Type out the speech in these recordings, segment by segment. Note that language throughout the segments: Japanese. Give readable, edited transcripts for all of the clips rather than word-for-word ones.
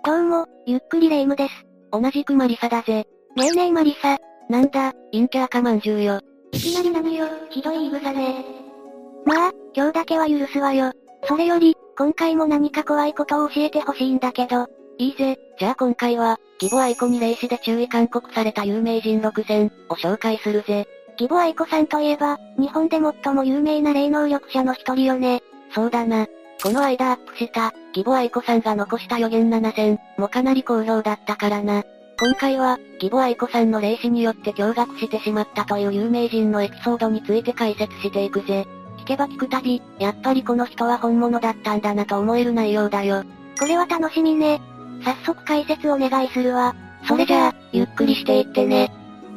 どうも、ゆっくりレ夢ムです。 同じくマリサだぜ。 ねえねえマリサ。 なんだ、陰キャ赤まんじゅうよ。 いきなり何よ、ひどい言い草ね。まあ、今日だけは許すわよ。それより、今回も何か怖いことを教えてほしいんだけど。 いいぜ、じゃあ今回は、義母愛子に霊視で注意勧告された有名人6選を紹介するぜ。 義母愛子さんといえば、日本で最も有名な霊能力者の一人よね。 そうだな。この間アップした、義母愛子さんが残した予言7選もかなり好評だったからな。今回は、義母愛子さんの霊視によって驚愕してしまったという有名人のエピソードについて解説していくぜ。聞けば聞くたび、やっぱりこの人は本物だったんだなと思える内容だよ。 これは楽しみね。早速解説お願いするわ。 それじゃあ、ゆっくりしていってね。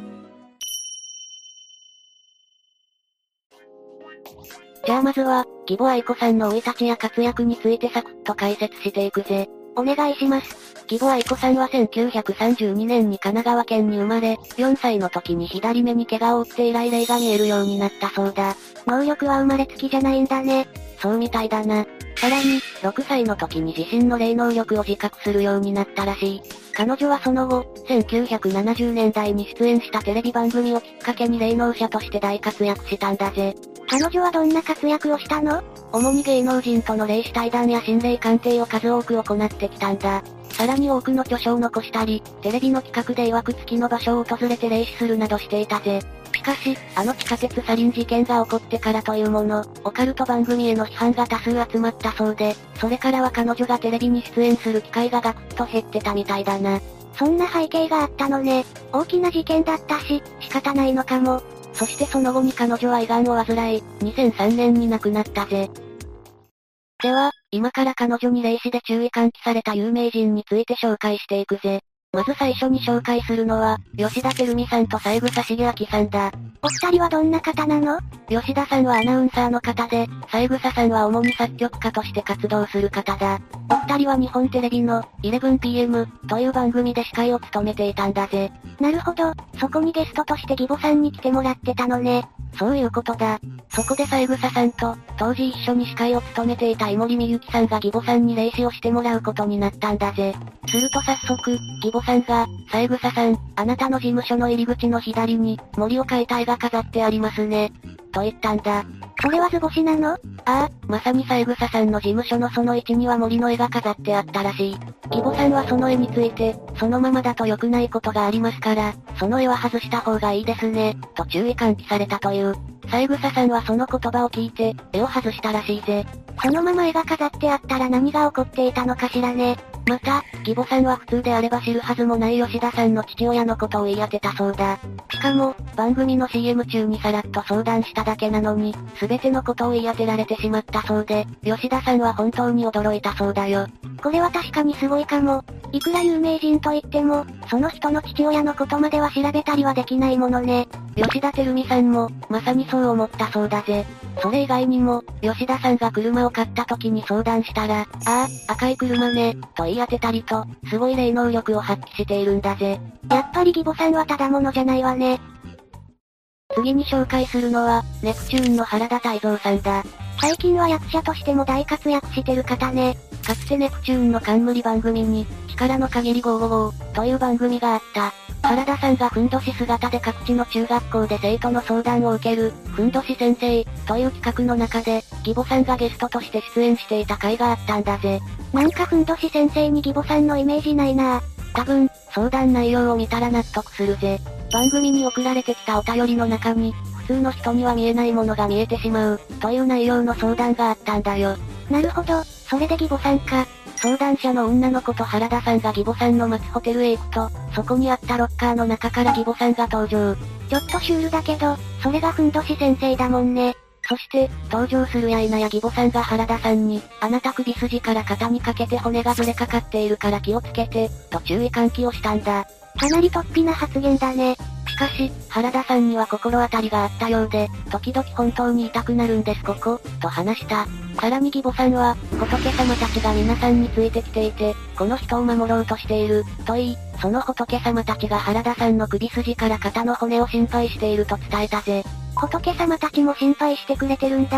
じゃあまずは、義母愛子さんの生い立ちや活躍についてサクッと解説していくぜ。 お願いします。 義母愛子さんは1932年に神奈川県に生まれ、4歳の時に左目に怪我を負って以来霊が見えるようになったそうだ。 能力は生まれつきじゃないんだね。 そうみたいだな。さらに、6歳の時に自身の霊能力を自覚するようになったらしい。彼女はその後、1970年代に出演したテレビ番組をきっかけに霊能者として大活躍したんだぜ。 彼女はどんな活躍をしたの？ 主に芸能人との霊視対談や心霊鑑定を数多く行ってきたんだ。さらに多くの著書を残したり、テレビの企画で曰く付きの場所を訪れて霊視するなどしていたぜ。しかし、あの地下鉄サリン事件が起こってからというもの、オカルト番組への批判が多数集まったそうで、それからは彼女がテレビに出演する機会がガクッと減ってたみたいだな。 そんな背景があったのね。大きな事件だったし、仕方ないのかも。 そしてその後に彼女は胃がんを患い、2003年に亡くなったぜ。では、今から彼女に霊視で注意喚起された有名人について紹介していくぜ。まず最初に紹介するのは、吉田照美さんと三枝茂明さんだ。 お二人はどんな方なの？ 吉田さんはアナウンサーの方で、三枝さんは主に作曲家として活動する方だ。お二人は日本テレビの 11PM という番組で司会を務めていたんだぜ。 なるほど、そこにゲストとして義母さんに来てもらってたのね。 そういうことだ。そこで三枝さんと、当時一緒に司会を務めていた井森美幸さんが義母さんに霊視をしてもらうことになったんだぜ。すると早速、義母さんが、三枝さん、あなたの事務所の入り口の左に、森を描いた絵が飾ってありますね。と言ったんだ。 それは図星なの？ ああ、まさに三枝さんの事務所のその位置には森の絵が飾ってあったらしい。義母さんはその絵について、そのままだと良くないことがありますから、その絵は外した方がいいですね、と注意喚起されたという。三枝さんはその言葉を聞いて、絵を外したらしいぜ。 そのまま絵が飾ってあったら何が起こっていたのかしらね。 また、義母さんは普通であれば知るはずもない吉田さんの父親のことを言い当てたそうだ。しかも、番組の CM 中にさらっと相談しただけなのに、全てのことを言い当てられてしまったそうで、吉田さんは本当に驚いたそうだよ。 これは確かにすごいかも。いくら有名人といっても、その人の父親のことまでは調べたりはできないものね。 吉田照美さんも、まさにそう思ったそうだぜ。それ以外にも、吉田さんが車を買った時に相談したら、ああ、赤い車ね、と言い当てたりと、すごい霊能力を発揮しているんだぜ。 やっぱり義母さんはただものじゃないわね。 次に紹介するのは、ネプチューンの原田泰造さんだ。 最近は役者としても大活躍してる方ね。 かつてネプチューンの冠番組に、力の限り555という番組があった。原田さんがふんどし姿で各地の中学校で生徒の相談を受ける、ふんどし先生という企画の中で、義母さんがゲストとして出演していた回があったんだぜ。 なんかふんどし先生に義母さんのイメージないなぁ。 多分、相談内容を見たら納得するぜ。番組に送られてきたお便りの中に、普通の人には見えないものが見えてしまう、という内容の相談があったんだよ。 なるほど、それで義母さんか。 相談者の女の子と原田さんが義母さんの待つホテルへ行くと、そこにあったロッカーの中から義母さんが登場。 ちょっとシュールだけど、それがふんどし先生だもんね。 そして、登場するや否や義母さんが原田さんに、あなた首筋から肩にかけて骨がずれかかっているから気をつけて、と注意喚起をしたんだ。 かなり突飛な発言だね。 しかし、原田さんには心当たりがあったようで、時々本当に痛くなるんですここ、と話した。さらに義母さんは、仏様たちが皆さんについてきていて、この人を守ろうとしている、と言い、その仏様たちが原田さんの首筋から肩の骨を心配していると伝えたぜ。 仏様たちも心配してくれてるんだ。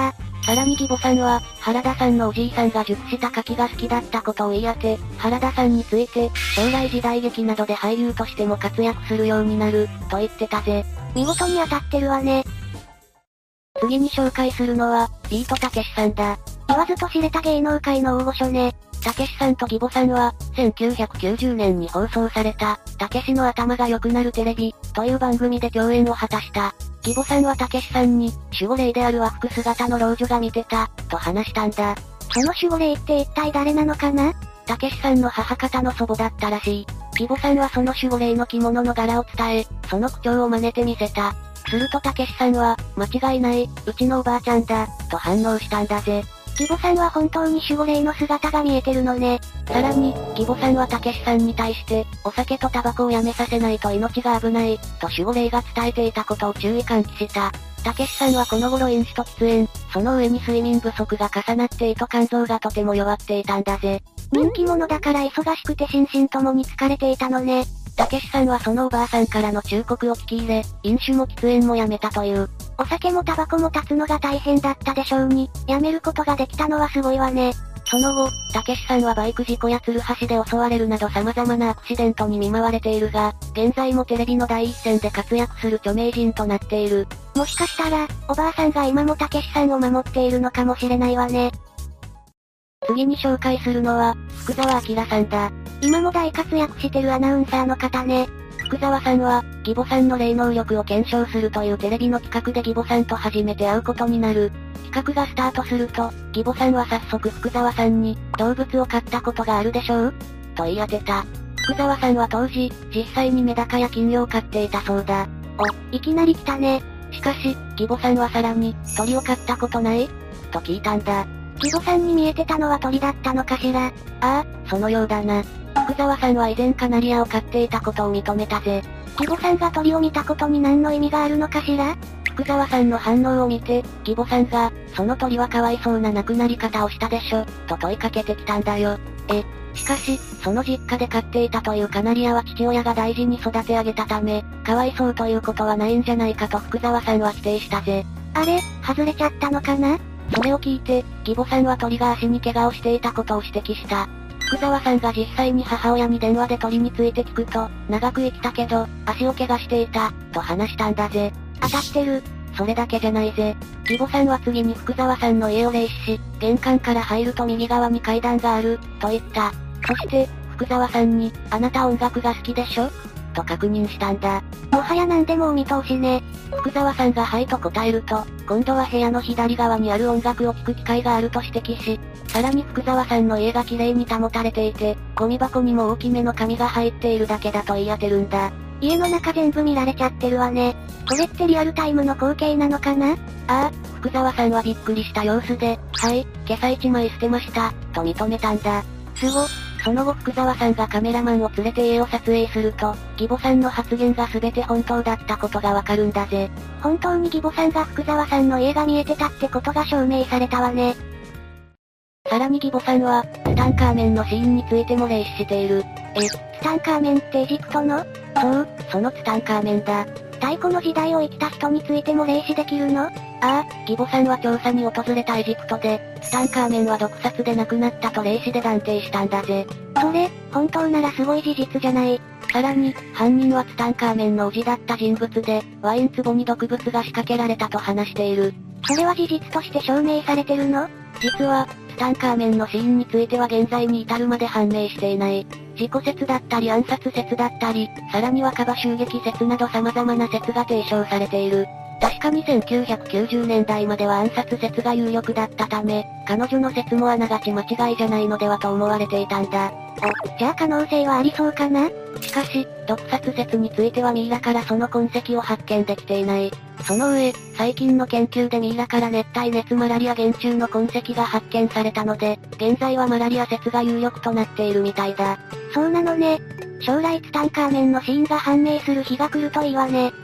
さらに義母さんは、原田さんのおじいさんが熟した牡蠣が好きだったことを言い当て、原田さんについて、将来時代劇などで俳優としても活躍するようになる、と言ってたぜ。 見事に当たってるわね。 次に紹介するのは、ビートたけしさんだ。 言わずと知れた芸能界の大御所ね。 たけしさんと義母さんは、1990年に放送された、たけしの頭が良くなるテレビ、という番組で共演を果たした。義母さんはたけしさんに、守護霊である和服姿の老女が見てた、と話したんだ。 その守護霊って一体誰なのかな？ たけしさんの母方の祖母だったらしい。義母さんはその守護霊の着物の柄を伝え、その口調を真似てみせた。するとたけしさんは、間違いない、うちのおばあちゃんだ、と反応したんだぜ。 義母さんは本当に守護霊の姿が見えてるのね。 さらに、義母さんはたけしさんに対して、お酒とタバコをやめさせないと命が危ない、と守護霊が伝えていたことを注意喚起した。たけしさんはこの頃飲酒と喫煙、その上に睡眠不足が重なって胃と肝臓がとても弱っていたんだぜ。 人気者だから忙しくて心身ともに疲れていたのね。 たけしさんはそのおばあさんからの忠告を聞き入れ、飲酒も喫煙もやめたという。 お酒もタバコも断つのが大変だったでしょうに、やめることができたのはすごいわね。 その後、たけしさんはバイク事故やツルハシで襲われるなど様々なアクシデントに見舞われているが、現在もテレビの第一線で活躍する著名人となっている。 もしかしたら、おばあさんが今もたけしさんを守っているのかもしれないわね。 次に紹介するのは、福沢明さんだ。 今も大活躍してるアナウンサーの方ね。 福沢さんは、義母さんの霊能力を検証するというテレビの企画で義母さんと初めて会うことになる。企画がスタートすると、義母さんは早速福沢さんに、動物を飼ったことがあるでしょうと言い当てた。福沢さんは当時、実際にメダカや金魚を飼っていたそうだ。 いきなり来たね。 しかし、義母さんはさらに、鳥を飼ったことないと聞いたんだ。 義母さんに見えてたのは鳥だったのかしら。 ああ、そのようだな。福沢さんは以前カナリアを飼っていたことを認めたぜ。 義母さんが鳥を見たことに何の意味があるのかしら？ 福沢さんの反応を見て、義母さんが、その鳥はかわいそうな亡くなり方をしたでしょ、と問いかけてきたんだよ。しかし、その実家で飼っていたというカナリアは父親が大事に育て上げたため、かわいそうということはないんじゃないかと福沢さんは否定したぜ。 あれ、外れちゃったのかな？ それを聞いて、義母さんは鳥が足に怪我をしていたことを指摘した。福沢さんが実際に母親に電話で鳥について聞くと、長く生きたけど、足を怪我していた、と話したんだぜ。 当たってる。 それだけじゃないぜ。義母さんは次に福沢さんの家を霊視し、玄関から入ると右側に階段がある、と言った。そして、福沢さんに、あなた音楽が好きでしょと確認したんだ。 もはや何でもお見通しね。 福沢さんがはいと答えると、今度は部屋の左側にある音楽を聴く機会があると指摘し、さらに福沢さんの家が綺麗に保たれていて、ゴミ箱にも大きめの紙が入っているだけだと言い当てるんだ。 家の中全部見られちゃってるわね。これってリアルタイムの光景なのかな？ ああ、福沢さんはびっくりした様子で、はい、今朝1枚捨てました、と認めたんだ。その後福沢さんがカメラマンを連れて家を撮影すると、義母さんの発言が全て本当だったことがわかるんだぜ。 本当に義母さんが福沢さんの家が見えてたってことが証明されたわね。 さらに義母さんは、ツタンカーメンの死因についても霊視している。 ツタンカーメンってエジプトの？ そう、そのツタンカーメンだ。 太古の時代を生きた人についても霊視できるの？ ああ、義母さんは調査に訪れたエジプトで、ツタンカーメンは毒殺で亡くなったと霊視で断定したんだぜ。 それ、本当ならすごい事実じゃない。 さらに、犯人はツタンカーメンの叔父だった人物で、ワイン壺に毒物が仕掛けられたと話している。 それは事実として証明されてるの？ 実は、ツタンカーメンの死因については現在に至るまで判明していない。事故説だったり暗殺説だったり、さらにはカバ襲撃説など様々な説が提唱されている。確かに1990年代までは暗殺説が有力だったため、彼女の説もあながち間違いじゃないのではと思われていたんだ。 じゃあ可能性はありそうかな？ しかし、毒殺説についてはミイラからその痕跡を発見できていない。その上、最近の研究でミイラから熱帯熱マラリア原虫の痕跡が発見されたので、現在はマラリア説が有力となっているみたいだ。 そうなのね。将来ツタンカーメンの死因が判明する日が来るといいわね。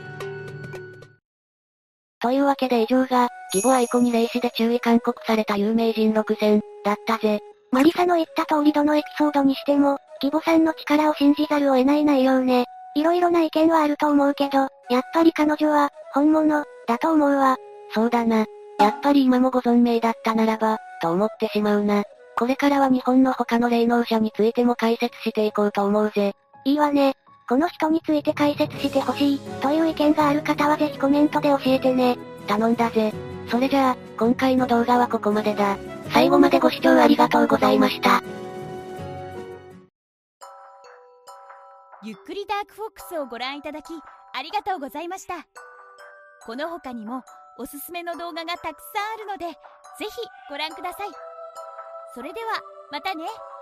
というわけで以上が、義母愛子に霊視で注意勧告された有名人6選、だったぜ。 マリサの言った通りどのエピソードにしても、義母さんの力を信じざるを得ない内容ね。いろいろな意見はあると思うけど、やっぱり彼女は、本物、だと思うわ。 そうだな。 やっぱり今もご存命だったならば、と思ってしまうな。これからは日本の他の霊能者についても解説していこうと思うぜ。 いいわね。この人について解説してほしい、という意見がある方はぜひコメントで教えてね。 頼んだぜ。それじゃあ、今回の動画はここまでだ。最後までご視聴ありがとうございました。 ゆっくりダークフォックスをご覧いただき、ありがとうございました。この他にも、おすすめの動画がたくさんあるので、ぜひご覧ください。それでは、またね。